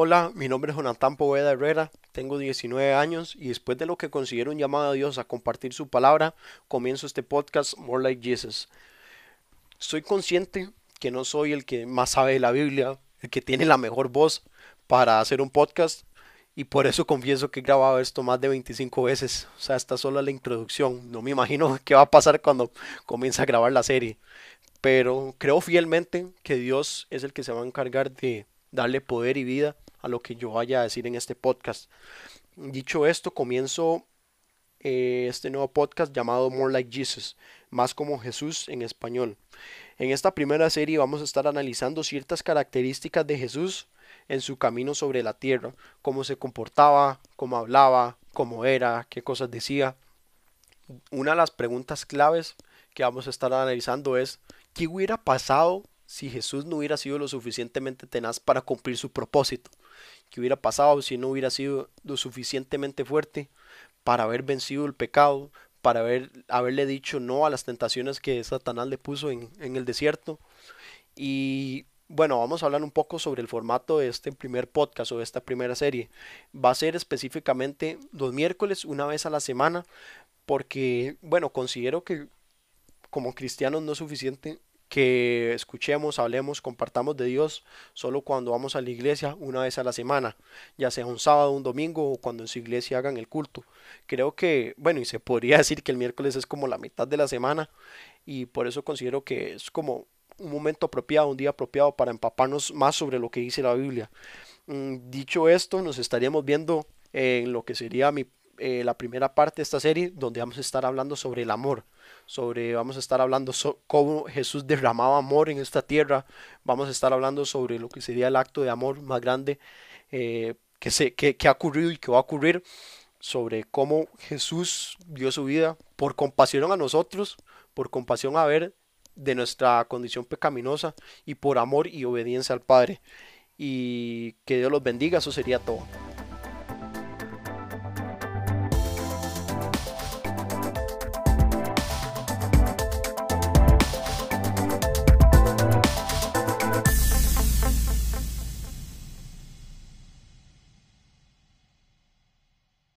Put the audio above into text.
Hola, mi nombre es Jonathan Poveda Herrera, tengo 19 años y después de lo que considero un llamado a Dios a compartir su palabra, comienzo este podcast More Like Jesus. Soy consciente que no soy el que más sabe de la Biblia, el que tiene la mejor voz para hacer un podcast y por eso confieso que he grabado esto más de 25 veces. O sea, esta es solo la introducción. No me imagino qué va a pasar cuando comience a grabar la serie, pero creo fielmente que Dios es el que se va a encargar de darle poder y vida a lo que yo vaya a decir en este podcast. Dicho esto, comienzo este nuevo podcast llamado More Like Jesus, más como Jesús en español. En esta primera serie vamos a estar analizando ciertas características de Jesús en su camino sobre la tierra, cómo se comportaba, cómo hablaba, cómo era, qué cosas decía. Una de las preguntas claves que vamos a estar analizando es ¿qué hubiera pasado si Jesús no hubiera sido lo suficientemente tenaz para cumplir su propósito? ¿Qué hubiera pasado si no hubiera sido lo suficientemente fuerte para haber vencido el pecado, para haberle dicho no a las tentaciones que Satanás le puso en el desierto? Y bueno, vamos a hablar un poco sobre el formato de este primer podcast o de esta primera serie. Va a ser específicamente los miércoles, una vez a la semana, porque, bueno, considero que como cristianos no es suficiente que escuchemos, hablemos, compartamos de Dios solo cuando vamos a la iglesia una vez a la semana, ya sea un sábado, un domingo o cuando en su iglesia hagan el culto. Creo que, bueno, y se podría decir que el miércoles es como la mitad de la semana y por eso considero que es como un momento apropiado, un día apropiado para empaparnos más sobre lo que dice la Biblia. Dicho esto, nos estaríamos viendo en lo que sería la primera parte de esta serie, donde vamos a estar hablando sobre el amor, vamos a estar hablando cómo Jesús derramaba amor en esta tierra, vamos a estar hablando sobre lo que sería el acto de amor más grande que ha ocurrido y que va a ocurrir, sobre cómo Jesús dio su vida por compasión a nosotros, por compasión a ver de nuestra condición pecaminosa y por amor y obediencia al Padre. Y que Dios los bendiga, eso sería todo.